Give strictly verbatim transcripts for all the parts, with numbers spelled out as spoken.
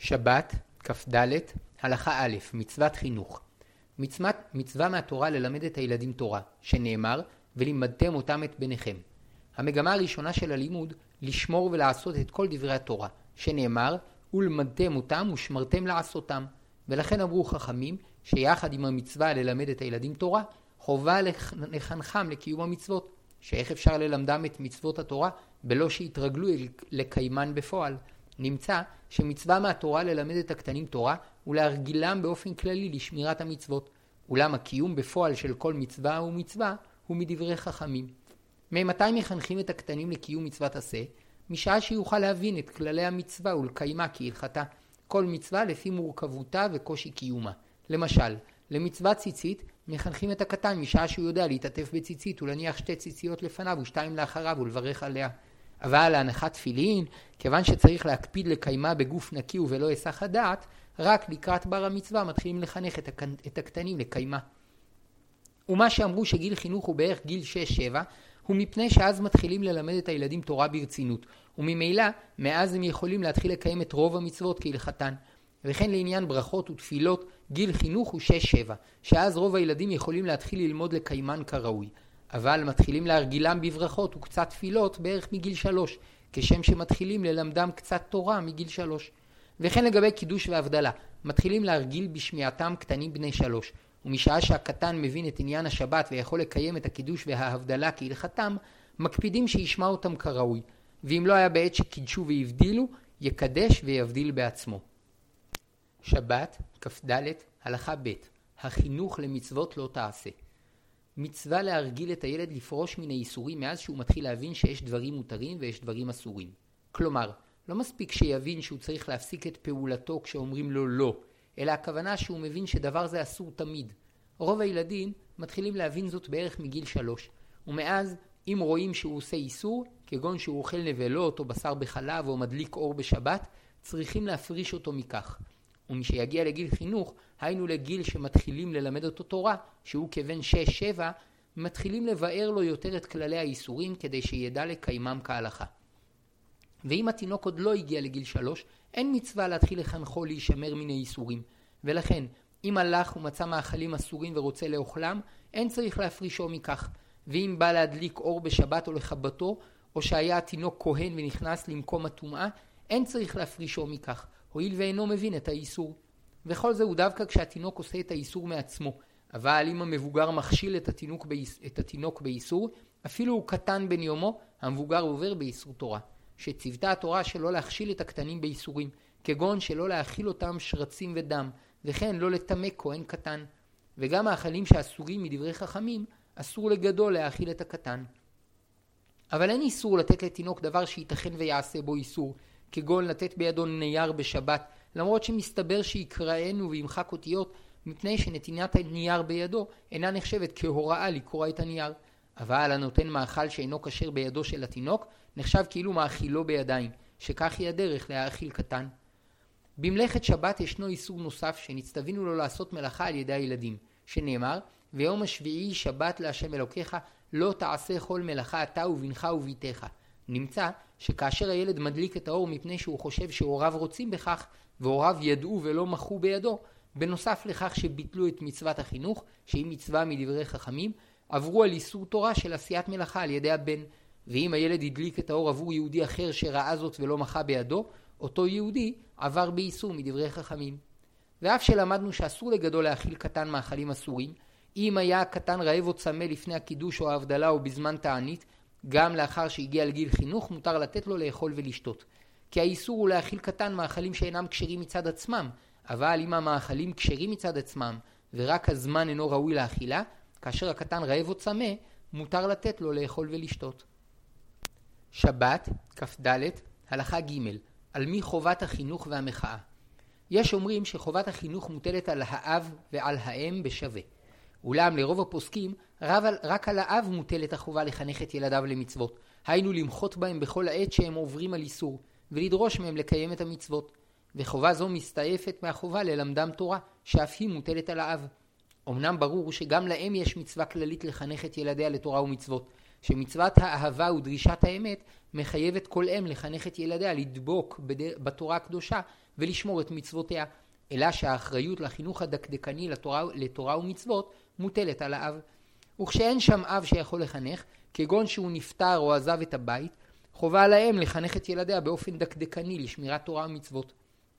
שבת, כ"ד, הלכה א', מצוות חינוך. מצוות, מצווה מהתורה ללמד את הילדים תורה, שנאמר, ולימדתם אותם את בניכם. המגמה הראשונה של הלימוד, לשמור ולעשות את כל דברי התורה, שנאמר, ולמדתם אותם ושמרתם לעשותם. ולכן אמרו חכמים, שיחד עם המצווה ללמד את הילדים תורה, חובה לחנכם לקיום המצוות, שאיך אפשר ללמדם את מצוות התורה, בלא שיתרגלו לקיימן בפועל. נמצא שמצווה מהתורה ללמד את הקטנים תורה ולהרגילם באופן כללי לשמירת המצוות. אולם הקיום בפועל של כל מצווה ומצווה הוא מדברי חכמים. ממתי מחנכים את הקטנים לקיום מצוות עשה? משעה שיוכל להבין את כללי המצווה ולקיימה כהלכתה. כל מצווה לפי מורכבותה וקושי קיומה. למשל, למצוות ציצית מחנכים את הקטן משעה שהוא יודע להתעטף בציצית ולהניח שתי ציציות לפניו ושתיים לאחריו ולברך עליה. אבל להנחת תפילין, כיוון שצריך להקפיד לקיימה בגוף נקי ובלא היסח הדעת, רק לקראת בר המצווה מתחילים לחנך את, הק... את הקטנים לקיימה. ומה שאמרו שגיל חינוך הוא בערך גיל שש שבע, הוא מפני שאז מתחילים ללמד את הילדים תורה ברצינות, וממילא מאז הם יכולים להתחיל לקיים את רוב המצוות כהלכתן. וכן לעניין ברכות ותפילות, גיל חינוך הוא שש שבע, שאז רוב הילדים יכולים להתחיל ללמוד לקיימן כראוי. אבל מתחילים להרגילם בברכות וקצת תפילות בערך מגיל שלוש, כשם שמתחילים ללמדם קצת תורה מגיל שלוש. וכן לגבי קידוש והבדלה, מתחילים להרגיל בשמיעתם קטנים בני שלוש, ומשעה שהקטן מבין את עניין השבת ויכול לקיים את הקידוש וההבדלה כהלכתם, מקפידים שישמע אותם כראוי, ואם לא היה בעת שקידשו והבדילו, יקדש ויבדיל בעצמו. שבת, כ"ד, הלכה ב', החינוך למצוות לא תעשה. מצווה להרגיל את הילד לפרוש מן האיסורים מאז שהוא מתחיל להבין שיש דברים מותרים ויש דברים אסורים. כלומר, לא מספיק שיבין שהוא צריך להפסיק את פעולתו כשאומרים לו לא, אלא הכוונה שהוא מבין שדבר זה אסור תמיד. רוב הילדים מתחילים להבין זאת בערך מגיל שלוש, ומאז אם רואים שהוא עושה איסור, כגון שהוא אוכל נבלות או בשר בחלב או מדליק אור בשבת, צריכים להפריש אותו מכך. ומשיגיע לגיל חינוך, היינו לגיל שמתחילים ללמד אותו תורה, שהוא כבן שש שבע, מתחילים לבאר לו יותר את כללי האיסורים כדי שידע לקיימם כהלכה. ואם התינוק עוד לא הגיע לגיל שלוש, אין מצווה להתחיל לחנכו להישמר מן האיסורים. ולכן, אם הלך ומצא מאכלים אסורים ורוצה לאוכלם, אין צריך להפרישו מכך. ואם בא להדליק אור בשבת או לחבטו, או שהיה התינוק כהן ונכנס למקום הטומאה, אין צריך להפרישו מכך. הואיל ואינו מבין את האיסור. וכל זה הוא דווקא כשהתינוק עושה את האיסור מעצמו. אבל אם המבוגר מכשיל את התינוק, באיס... את התינוק באיסור, אפילו הוא קטן בן יומו, המבוגר עובר באיסור תורה. שצוותה התורה שלא להכשיל את הקטנים באיסורים, כגון שלא להאכיל אותם שרצים ודם, וכן לא לטמא כהן קטן. וגם האכלים שאסורים מדברי חכמים, אסור לגדול להאכיל את הקטן. אבל אין איסור לתת לתינוק דבר שייתכן ויעשה בו איסור, כגון לתת בידו נייר בשבת, למרות שמסתבר שיקראנו וימחק אותיות, מפני שנתינת הנייר בידו אינה נחשבת כהוראה לקרוא את הנייר. אבל הנותן מאכל שאינו כשר בידו של התינוק, נחשב כאילו מאכילו בידיים, שכך היא הדרך להאכיל קטן. במלאכת שבת ישנו איסור נוסף שנצטווינו לו לעשות מלאכה על ידי הילדים, שנאמר, ויום השביעי שבת להשם אלוקיך, לא תעשה כל מלאכה אתה ובנך וביתך. נמצא שכאשר הילד מדליק את האור מפני שהוא חושב שהוריו רוצים בכך, והוריו ידעו ולא מחו בידו, בנוסף לכך שביטלו את מצוות החינוך, שהיא מצווה מדברי חכמים, עברו על איסור תורה של עשיית מלאכה על ידי הבן. ואם הילד הדליק את האור עבור יהודי אחר שראה זאת ולא מחה בידו, אותו יהודי עבר באיסור מדברי חכמים. ואף שלמדנו שאסור לגדול להאכיל קטן מאכלים אסורים, אם היה הקטן רעב או צמא לפני הקידוש או ההבדלה או בזמן תענית, גם לאחר שהגיע לגיל חינוך מותר לתת לו לאכול ולשתות. כי האיסור הוא להאכיל קטן מאכלים שאינם כשרים מצד עצמם, אבל אם המאכלים כשרים מצד עצמם ורק הזמן אינו ראוי לאכילה, כאשר הקטן רעב או צמא, מותר לתת לו לאכול ולשתות. שבת, כ"ד, הלכה ג', על מי חובת החינוך והמחאה. יש אומרים שחובת החינוך מוטלת על האב ועל האם בשווה. אולם לרוב הפוסקים, רק על האב מוטלת החובה לחנך את ילדיו למצוות, היינו למחות בהם בכל העת שהם עוברים על איסור, ולדרוש מהם לקיים את המצוות. וחובה זו מסתעפת מהחובה ללמדם תורה, שאף היא מוטלת על האב. אמנם ברור שגם להם יש מצווה כללית לחנך את ילדיה לתורה ומצוות, שמצוות האהבה ודרישת האמת מחייבת כל אם לחנך את ילדיה לדבוק בתורה הקדושה ולשמור את מצוותיה, אלא שהאחריות לחינוך הדקדקני לתורה, לתורה ומצוות מוטלת על האב. וכשאין שם אב שיכול לחנך, כגון שהוא נפטר או עזב את הבית, חובה על האם לחנך את ילדיה באופן דקדקני לשמירת תורה ומצוות.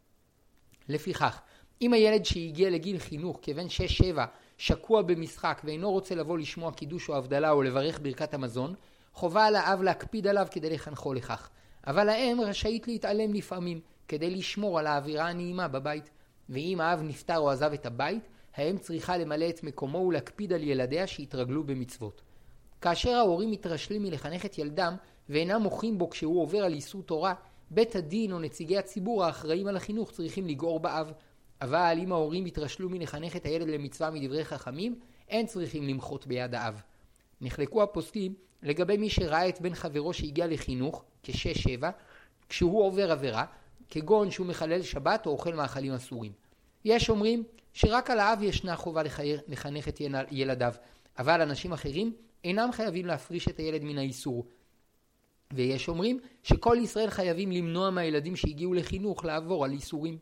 לפיכך, אם הילד שהגיע לגיל חינוך כבן שש שבע שקוע במשחק ואינו רוצה לבוא לשמוע קידוש או הבדלה או לברך ברכת המזון, חובה על האב להקפיד עליו כדי לחנכו לכך. אבל האם רשאית להתעלם לפעמים כדי לשמור על האווירה הנעימה בבית. ואם האב נפטר או עזב את הבית, האם צריכה למלא את מקומו ולהקפיד על ילדיה שהתרגלו במצוות. כאשר ההורים מתרשלים מלחנך את ילדם ואינם מוחים בו כשהוא עובר על איסור תורה, בית הדין או נציגי הציבור האחראים על החינוך צריכים לגעור באב. אבל אם ההורים התרשלו מלחנך את הילד למצווה מדברי חכמים, אין צריכים למחות ביד האב. נחלקו הפוסקים לגבי מי שראה את בן חברו שהגיע לחינוך כשש שבע, כשהוא עובר עבירה, כגון שהוא מחלל שבת או אוכל מאכלים אסורים. יש אומרים שרק על האב ישנה חובה לחנך את ילדיו, אבל אנשים אחרים אינם חייבים להפריש את הילד מן האיסור. ויש אומרים שכל ישראל חייבים למנוע מהילדים שהגיעו לחינוך לעבור על איסורים.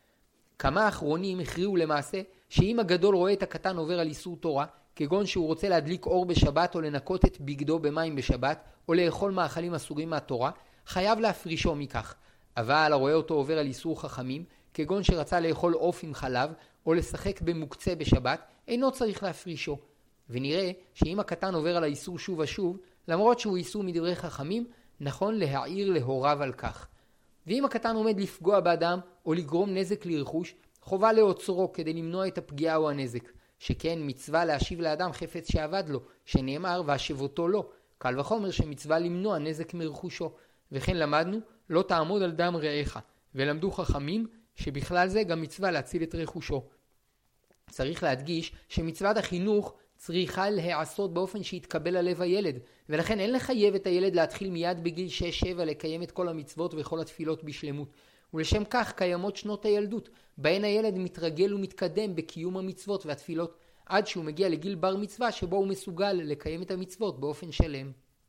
כמה אחרונים הכריעו למעשה שאם הגדול רואה את הקטן עובר על איסור תורה, כגון שהוא רוצה להדליק אור בשבת או לנקות את בגדו במים בשבת או לאכול מאכלים אסורים מהתורה, חייב להפרישו מכך. אבל הרואה אותו עובר על איסור חכמים, כגון שרצה לאכול עוף עם חלב או לשחק במוקצה בשבת, אינו צריך להפרישו. ונראה שאם הקטן עובר על האיסור שוב ושוב, למרות שהוא איסור מדברי חכמים, נכון להעיר להוריו על כך. ואם הקטן עומד לפגוע באדם או לגרום נזק לרכוש, חובה לעוצרו כדי למנוע את הפגיעה או הנזק, שכן מצווה להשיב לאדם חפץ שעבד לו, שנאמר והשבותו לו, קל וחומר שמצווה למנוע נזק מרכושו. וכן למדנו לא תעמוד על דם רעך, ולמדו חכמים שבכלל זה גם מצווה להציל את רכושו. צריך להדגיש שמצוות החינוך צריכה להיעשות באופן שיתקבל על לב הילד, ולכן אין לחייב את הילד להתחיל מיד בגיל שש שבע לקיים את כל המצוות וכל התפילות בשלמות. ולשם כך קיימות שנות הילדות, בהן הילד מתרגל ומתקדם בקיום המצוות והתפילות, עד שהוא מגיע לגיל בר מצווה שבו הוא מסוגל לקיים את המצוות באופן שלם.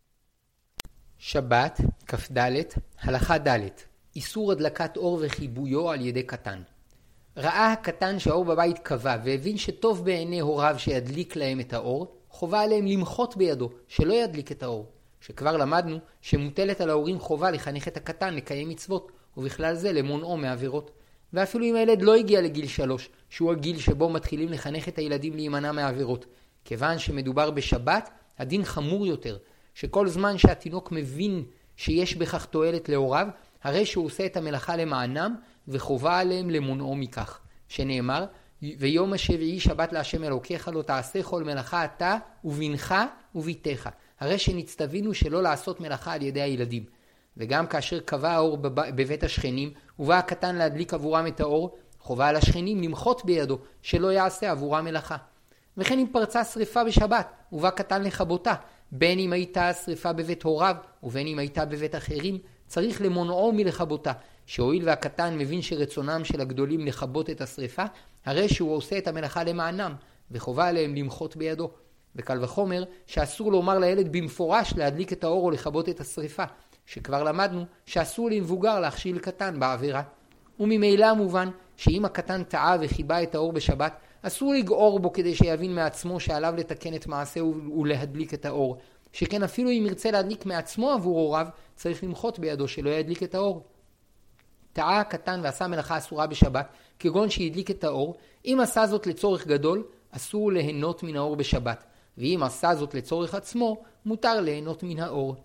שבת, כ"ד, הלכה ד' איסור הדלקת אור וחיבויו על ידי קטן. ראה הקטן שהאור בבית קבע והבין שטוב בעיני הוריו שידליק להם את האור, חובה עליהם למחות בידו שלא ידליק את האור. שכבר למדנו שמוטלת על ההורים חובה לחנך את הקטן לקיים מצוות, ובכלל זה למונעו מעבירות. ואפילו אם הילד לא הגיע לגיל שלוש, שהוא הגיל שבו מתחילים לחנך את הילדים להימנע מעבירות. כיוון שמדובר בשבת, הדין חמור יותר, שכל זמן שהתינוק מבין שיש בכך תועלת להוריו, הרי שהוא עושה את המלאכה למענם, וחובה עליהם למונעו מכך. שנאמר, ויום השביעי שבת להשם אלוקיך לא תעשה כל מלאכה אתה ובנך וביתך. הרי שנצטווינו שלא לעשות מלאכה על ידי הילדים. וגם כאשר קבע האור בבית השכנים, ובא הקטן להדליק עבורם את האור, חובה על השכנים למחות בידו שלא יעשה עבורם מלאכה. וכן אם פרצה שריפה בשבת, ובא קטן לכבותה, בין אם הייתה שריפה בבית הוריו, ובין אם הייתה בבית אחרים, צריך למונעו מלכבותה, שהואיל והקטן מבין שרצונם של הגדולים לכבות את השריפה, הרי שהוא עושה את המלאכה למענם, וחובה עליהם למחות בידו. וקל וחומר שאסור לומר לילד במפורש להדליק את האור או לכבות את השריפה, שכבר למדנו שאסור למבוגר להכשיל קטן בעבירה. וממילא מובן שאם הקטן טעה וחיבה את האור בשבת, אסור לגעור בו כדי שיבין מעצמו שעליו לתקן את מעשה ולהדליק את האור. שכן אפילו אם ירצה להדליק מעצמו עבור הוריו, צריך למחות בידו שלא ידליק את האור. טעה הקטן ועשה מלאכה אסורה בשבת, כגון שהדליק את האור, אם עשה זאת לצורך גדול, אסור ליהנות מן האור בשבת, ואם עשה זאת לצורך עצמו, מותר ליהנות מן האור.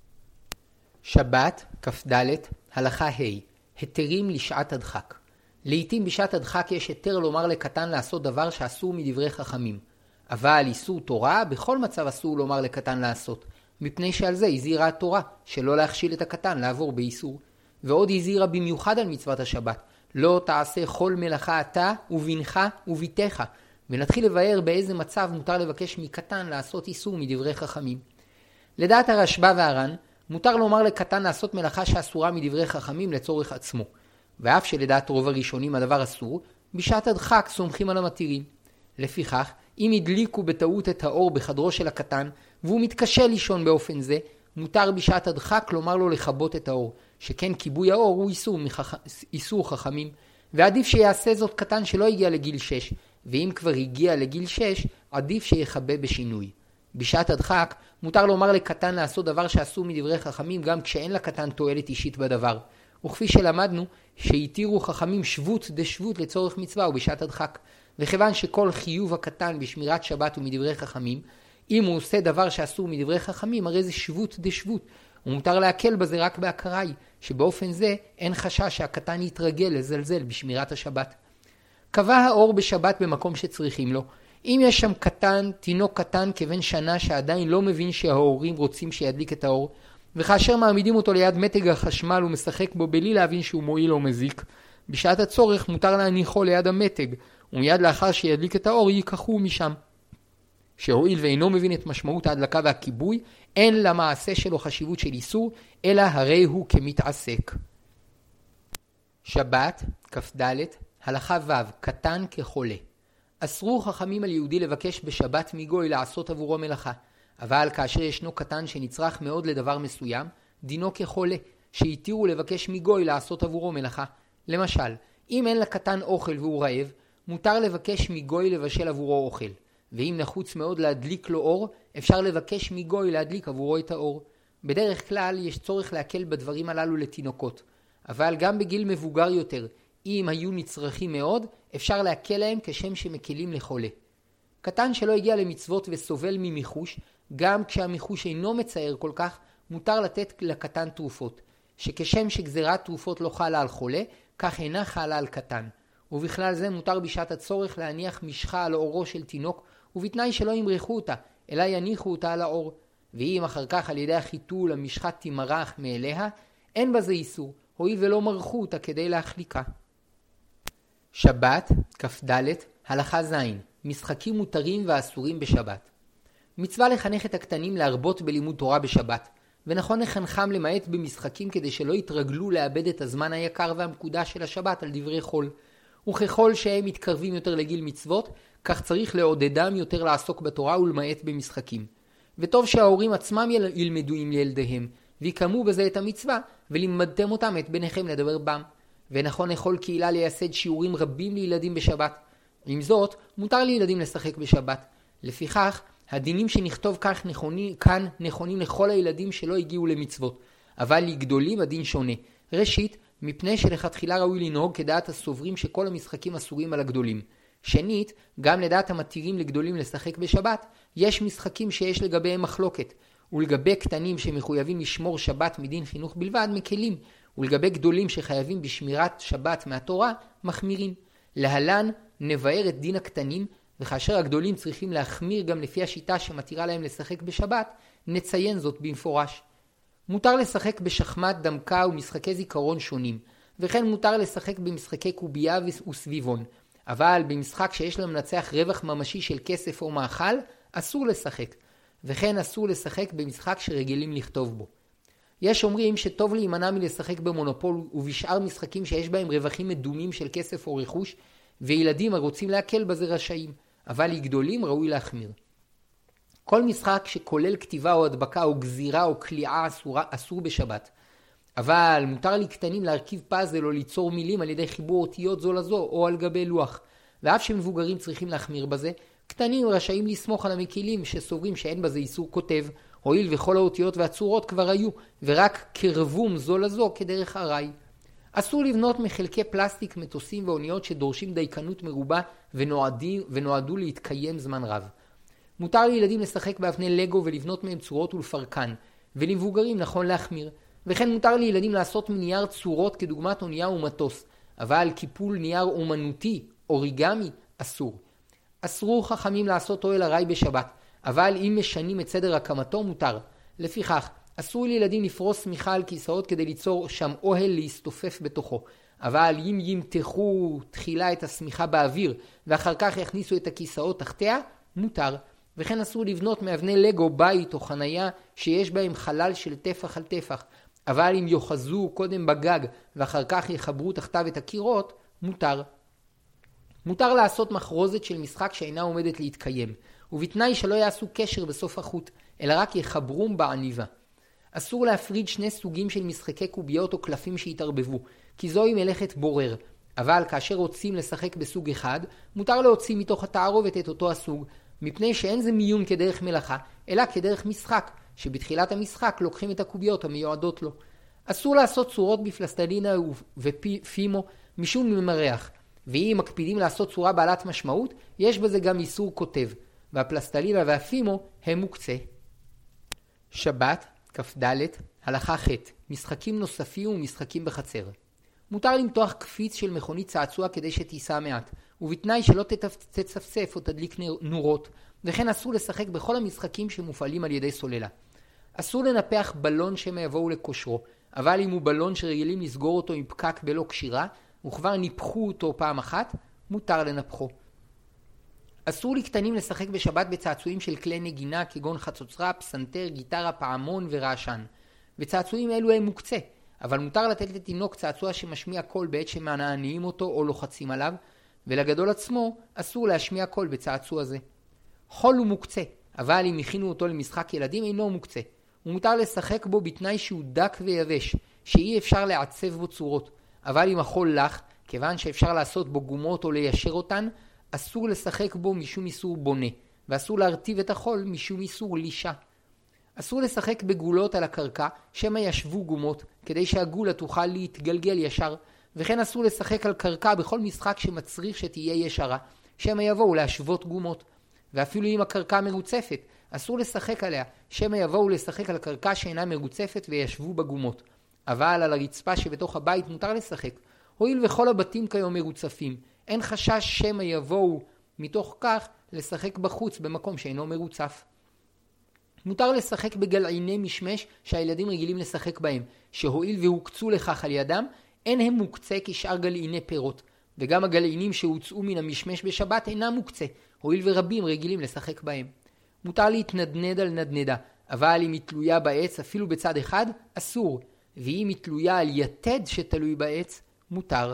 שבת, כ"ד, הלכה ה' היתרים לשעת הדחק. לעתים בשעת הדחק יש היתר לומר לקטן לעשות דבר שאסור מדברי חכמים. אבל איסור תורה בכל מצב אסור לומר לקטן לעשות, מפני שעל זה הזהירה התורה שלא להכשיל את הקטן לעבור באיסור. ועוד הזהירה במיוחד על מצוות השבת, לא תעשה כל מלאכה אתה ובנך וביתך. ונתחיל לבאר באיזה מצב מותר לבקש מקטן לעשות איסור מדברי חכמים. לדעת הרשב"א והר"ן, מותר לומר לקטן לעשות מלאכה שאסורה מדברי חכמים לצורך עצמו. ואף שלדעת רוב הראשונים הדבר אסור, בשעת הדחק סומכים על המתירים. לפיכך, אם הדליקו בטעות את האור בחדרו של הקטן, והוא מתקשה לישון באופן זה, מותר בשעת הדחק לומר לו לכבות את האור, שכן כיבוי האור הוא איסור, מחכ... איסור חכמים, ועדיף שיעשה זאת קטן שלא הגיע לגיל שש, ואם כבר הגיע לגיל שש, עדיף שיחבא בשינוי. בשעת הדחק מותר לומר לקטן לעשות דבר שעשו מדברי חכמים גם כשאין לקטן תועלת אישית בדבר. וכפי שלמדנו שהתירו חכמים שבות דשבות לצורך מצווה ובשעת הדחק. וכיוון שכל חיוב הקטן בשמירת שבת ומדברי חכמים, אם הוא עושה דבר שעשו מדברי חכמים, הרי זה שבות דשבות. ומותר להקל בזה רק בהכרה היא, שבאופן זה אין חשש שהקטן יתרגל לזלזל בשמירת השבת. קבע האור בשבת במקום שצריכים לו. אם יש שם קטן, תינוק קטן כבן שנה שעדיין לא מבין שההורים רוצים שידליק את האור, וכאשר מעמידים אותו ליד מתג החשמל ומשחק בו בלי להבין שהוא מועיל או מזיק, בשעת הצורך מותר להניחו ליד המתג, ומיד לאחר שידליק את האור ייקחו משם. שהואיל ואינו מבין את משמעות ההדלקה והכיבוי, אין למעשה שלו חשיבות של איסור, אלא הרי הוא כמתעסק. שבת, כ"ד, הלכה ו', קטן כחולה. אסרו חכמים על יהודי לבקש בשבת מגוי לעשות עבורו מלאכה, אבל כאשר ישנו קטן שנצרך מאוד לדבר מסוים, דינו כחולה, שהתירו לבקש מגוי לעשות עבורו מלאכה. למשל, אם אין לקטן אוכל והוא רעב, מותר לבקש מגוי לבשל עבורו אוכל. ואם נחוץ מאוד להדליק לו אור, אפשר לבקש מגוי להדליק עבורו את האור. בדרך כלל יש צורך להקל בדברים הללו לתינוקות, אבל גם בגיל מבוגר יותר, אם היו נצרכים מאוד, אפשר להקל להם כשם שמקלים לחולה. קטן שלא הגיע למצוות וסובל ממיחוש, גם כשהמיחוש אינו מצער כל כך, מותר לתת לקטן תרופות, שכשם שגזירת תרופות לא חלה על חולה, כך אינה חלה על קטן. ובכלל זה מותר בשעת הצורך להניח משחה על אורו של תינוק, ובתנאי שלא ימרחו אותה, אלא יניחו אותה על האור. ואם אחר כך על ידי החיתול המשחה תמרח מאליה, אין בזה איסור, הואיל ולא מרחו אותה כדי להחליקה. שבת, כ"ד, הלכה ז', משחקים מותרים ואסורים בשבת. מצווה לחנך את הקטנים להרבות בלימוד תורה בשבת, ונכון לחנכם למעט במשחקים כדי שלא יתרגלו לאבד את הזמן היקר והמקודש של השבת על דברי חול. וככל שהם מתקרבים יותר לגיל מצוות, כך צריך לעודדם יותר לעסוק בתורה ולמעט במשחקים. וטוב שההורים עצמם ילמדו עם ילדיהם, ויקמו בזה את המצווה, ולימדתם אותם את בניכם לדבר בם. ונכון לכל קהילה לייסד שיעורים רבים לילדים בשבת. עם זאת, מותר לילדים לשחק בשבת. לפיכך, הדינים שנכתוב כך נכונים, כאן נכונים לכל הילדים שלא הגיעו למצוות. אבל לגדולים הדין שונה. ראשית, מפני שלכתחילה ראוי לנהוג כדעת הסוברים שכל המשחקים אסורים על הגדולים. שנית, גם לדעת המתירים לגדולים לשחק בשבת, יש משחקים שיש לגביהם מחלוקת. ולגבי קטנים שמחויבים לשמור שבת מדין חינוך בלבד, מקלים. ולגבי גדולים שחייבים בשמירת שבת מהתורה, מחמירים. להלן נבאר את דין הקטנים, וכאשר הגדולים צריכים להחמיר גם לפי השיטה שמתירה להם לשחק בשבת, נציין זאת במפורש. מותר לשחק בשחמט, דמקה ומשחקי זיכרון שונים, וכן מותר לשחק במשחקי קובייה וסביבון, אבל במשחק שיש למנצח רווח ממשי של כסף או מאכל, אסור לשחק, וכן אסור לשחק במשחק שרגילים לכתוב בו. יש אומרים שטוב להימנע מלשחק במונופול ובשאר משחקים שיש בהם רווחים מדומים של כסף או רכוש, וילדים הרוצים להקל בזה רשאים, אבל לגדולים ראוי להחמיר. כל משחק שכולל כתיבה או הדבקה או גזירה או קליעה אסורה, אסור בשבת. אבל מותר לקטנים להרכיב פאזל או ליצור מילים על ידי חיבור אותיות זו לזו או על גבי לוח. ואף שמבוגרים צריכים להחמיר בזה, קטנים רשאים לסמוך על המקילים שסוברים שאין בזה איסור כותב, הואיל וכל האותיות והצורות כבר היו, ורק קרבום זו לזו כדרך הרי. אסור לבנות מחלקי פלסטיק מטוסים ואוניות שדורשים דייקנות מרובה ונועדו, ונועדו להתקיים זמן רב. מותר לילדים לשחק באבני לגו ולבנות מהם צורות ולפרקן, ולמבוגרים נכון להחמיר. וכן מותר לילדים לעשות מנייר צורות כדוגמת אונייה ומטוס, אבל קיפול נייר אומנותי, אוריגמי, אסור. אסרו חכמים לעשות אוהל ארעי בשבת, אבל אם משנים את סדר הקמתו מותר. לפיכך, אסור לילדים לפרוס שמיכה על כיסאות כדי ליצור שם אוהל להסתופף בתוכו. אבל אם ימתחו תחילה את השמיכה באוויר ואחר כך יכניסו את הכיסאות תחתיה, מותר. וכן אסור לבנות מאבני לגו בית או חנייה שיש בהם חלל של טפח על טפח. אבל אם יוחזו קודם בגג ואחר כך יחברו תחתיו את הקירות, מותר. מותר לעשות מחרוזת של משחק שאינה עומדת להתקיים, ובתנאי שלא יעשו קשר בסוף החוט, אלא רק יחברום בעניבה. אסור להפריד שני סוגים של משחקי קוביות או קלפים שהתערבבו, כי זוהי מלאכת בורר. אבל כאשר רוצים לשחק בסוג אחד, מותר להוציא מתוך התערובת את אותו הסוג, מפני שאין זה מיון כדרך מלאכה, אלא כדרך משחק, שבתחילת המשחק לוקחים את הקוביות המיועדות לו. אסור לעשות צורות בפלסטלינה ופימו משום ממרח, ואם מקפידים לעשות צורה בעלת משמעות, יש בזה גם איסור כותב, והפלסטלינה והפימו הם מוקצה. שבת, כ"ד, הלכה ח' משחקים נוספים ומשחקים בחצר. מותר למתוח קפיץ של מכונית צעצוע כדי שתיסע מעט, ובתנאי שלא תצפצף או תדליק נורות, וכן אסור לשחק בכל המשחקים שמופעלים על ידי סוללה. אסור לנפח בלון שמא יבואו לכושרו, אבל אם הוא בלון שרגילים לסגור אותו עם פקק בלא קשירה, וכבר ניפחו אותו פעם אחת, מותר לנפחו. אסור לקטנים לשחק בשבת בצעצועים של כלי נגינה כגון חצוצרה, פסנתר, גיטרה, פעמון ורעשן. וצעצועים אלו הם מוקצה, אבל מותר לתת לתינוק צעצוע שמשמיע קול בעת שמעניינים אותו או לוחצים עליו, ולגדול עצמו אסור להשמיע קול בצעצוע זה. חול הוא מוקצה, אבל אם הכינו אותו למשחק ילדים אינו מוקצה. ומותר לשחק בו בתנאי שהוא דק ויבש, שאי אפשר לעצב בו צורות. אבל אם החול לח, כיוון שאפשר לעשות בו גומות או ליישר אותן, אסור לשחק בו משום איסור בונה, ואסור להרטיב את החול משום איסור לישה. אסור לשחק בגולות על הקרקע, שמא ישבו גומות, כדי שהגולה תוכל להתגלגל ישר, וכן אסור לשחק על קרקע בכל משחק שמצריך שתהיה ישרה, שמא יבואו להשוות גומות. ואפילו אם הקרקע מרוצפת, אסור לשחק עליה, שמא יבואו לשחק על קרקע שאינה מרוצפת וישבו בגומות. אבל על הרצפה שבתוך הבית מותר לשחק, הואיל וכל הבתים כיום מרוצפים, אין חשש שמא יבואו מתוך כך לשחק בחוץ במקום שאינו מרוצף. מותר לשחק בגלעיני משמש שהילדים רגילים לשחק בהם, שהואיל והוקצו לכך על ידם, אין הם מוקצה כשאר גלעיני פירות, וגם הגלעינים שהוצאו מן המשמש בשבת אינם מוקצה, הואיל ורבים רגילים לשחק בהם. מותר להתנדנד על נדנדה, אבל אם היא תלויה בעץ אפילו בצד אחד, אסור, ואם היא תלויה על יתד שתלוי בעץ, מותר.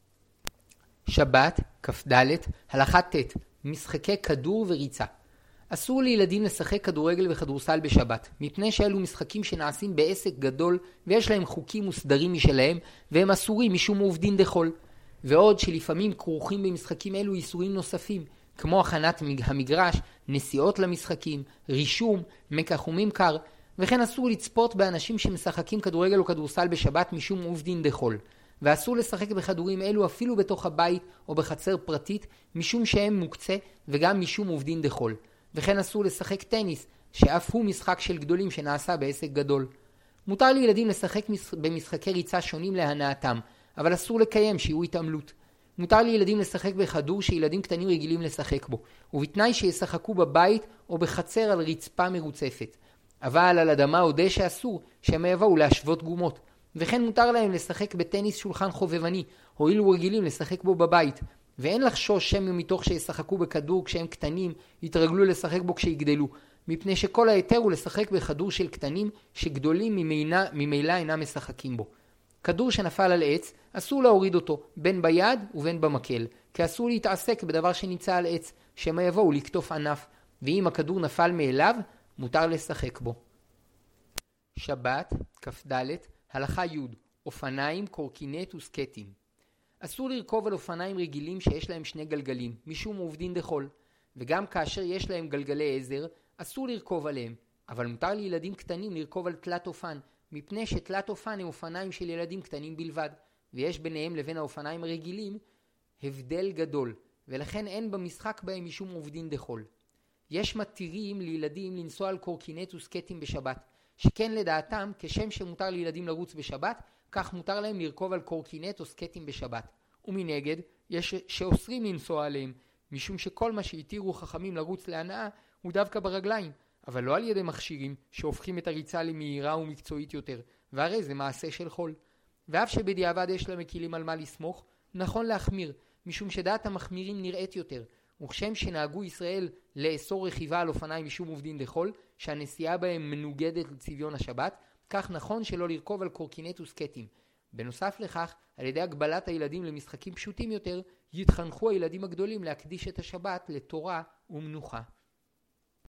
שבת, כ"ד, הלכה ט' משחקי כדור וריצה. אסור לילדים לשחק כדורגל וכדורסל בשבת, מפני שאלו משחקים שנעשים בעסק גדול ויש להם חוקים מוסדרים משלהם, והם אסורים משום עובדין דחול. ועוד שלפעמים כרוכים במשחקים אלו איסורים נוספים, כמו הכנת המגרש, נסיעות למשחקים, רישום, מקח וממכר, וכן אסור לצפות באנשים שמשחקים כדורגל או כדורסל בשבת משום עובדין דחול. ואסור לשחק בכדורים אלו אפילו בתוך הבית או בחצר פרטית, משום שהם מוקצה וגם משום עובדין דחול. וכן אסור לשחק טניס, שאף הוא משחק של גדולים שנעשה בעסק גדול. מותר לילדים לשחק במשחקי ריצה שונים להנאתם, אבל אסור לקיים שיעור התעמלות. מותר לילדים לשחק בכדור שילדים קטנים רגילים לשחק בו, ובתנאי שישחקו בבית או בחצר על רצפה מרוצפת. אבל על אדמה או דשא אסור, שהם יבואו להשוות גומות. וכן מותר להם לשחק בטניס שולחן חובבני, הואילו רגילים לשחק בו בבית. ואין לחשוש שמא מתוך שישחקו בכדור כשהם קטנים, יתרגלו לשחק בו כשיגדלו, מפני שכל היתר הוא לשחק בכדור של קטנים שגדולים ממילא, ממילא אינם משחקים בו. כדור שנפל על עץ, אסור להוריד אותו, בין ביד ובין במקל, כי אסור להתעסק בדבר שנמצא על עץ, שמא יבואו לקטוף ענף, ואם הכדור נפל מאליו, מותר לשחק בו. שבת, כ"ד, הלכה י' אופניים, קורקינט וסקטים. אסור לרכוב על אופניים רגילים שיש להם שני גלגלים, משום עובדין דחול, וגם כאשר יש להם גלגלי עזר, אסור לרכוב עליהם, אבל מותר לילדים קטנים לרכוב על תלת אופן, מפני שתלת אופן הם אופניים של ילדים קטנים בלבד, ויש ביניהם לבין האופניים הרגילים הבדל גדול, ולכן אין במשחק בהם משום עובדין דחול. יש מתירים לילדים לנסוע על קורקינט וסקטים בשבת, שכן לדעתם, כשם שמותר לילדים לרוץ בשבת, כך מותר להם לרכוב על קורקינט או סקטים בשבת. ומנגד, יש שאוסרים לנסוע עליהם, משום שכל מה שהתירו חכמים לרוץ להנאה הוא דווקא ברגליים, אבל לא על ידי מכשירים שהופכים את הריצה למהירה ומקצועית יותר, והרי זה מעשה של חול. ואף שבדיעבד יש למקילים על מה לסמוך, נכון להחמיר, משום שדעת המחמירים נראית יותר, וכשם שנהגו ישראל לאסור רכיבה על אופניים משום עובדין דחול, שהנסיעה בהם מנוגדת לצביון השבת, כך נכון שלא לרכוב על קורקינט וסקטים. בנוסף לכך, על ידי הגבלת הילדים למשחקים פשוטים יותר, יתחנכו הילדים הגדולים להקדיש את השבת לתורה ומנוחה.